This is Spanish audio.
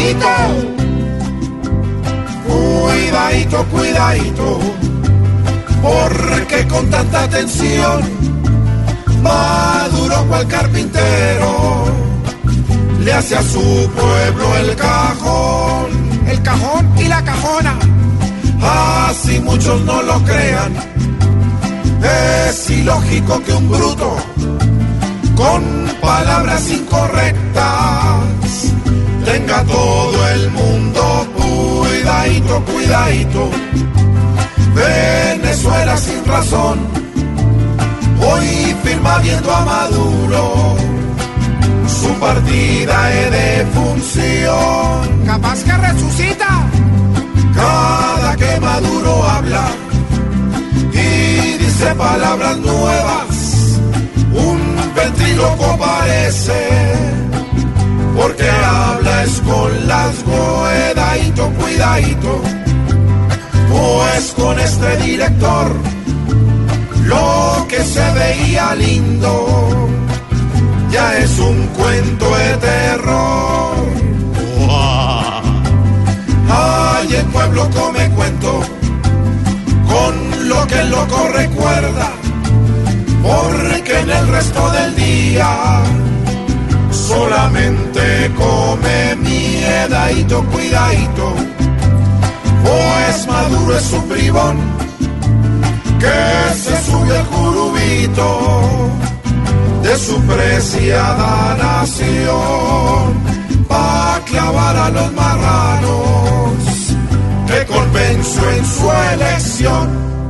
cuidadito, cuidadito, cuidadito, porque con tanta atención Maduro cual carpintero le hace a su pueblo el cajón y la cajona. Así muchos no lo crean, es ilógico que un bruto con palabras incorrectas tenga todo el mundo cuidadito, cuidadito. Venezuela sin razón hoy firma viendo a Maduro su partida de función. Capaz que resucita cada que Maduro habla y dice palabras nuevas, un ventríloco parece, porque habla es con las cuidadito, cuidadito, pues con este director lo que se veía lindo ya es un cuento de terror. Ay, el pueblo come cuento con lo que el loco recuerda, porque en el resto del día solamente come miedadito, cuidadito, pues Maduro es un bribón que se sube al curubito de su preciada nación pa' clavar a los marranos que convenció en su elección.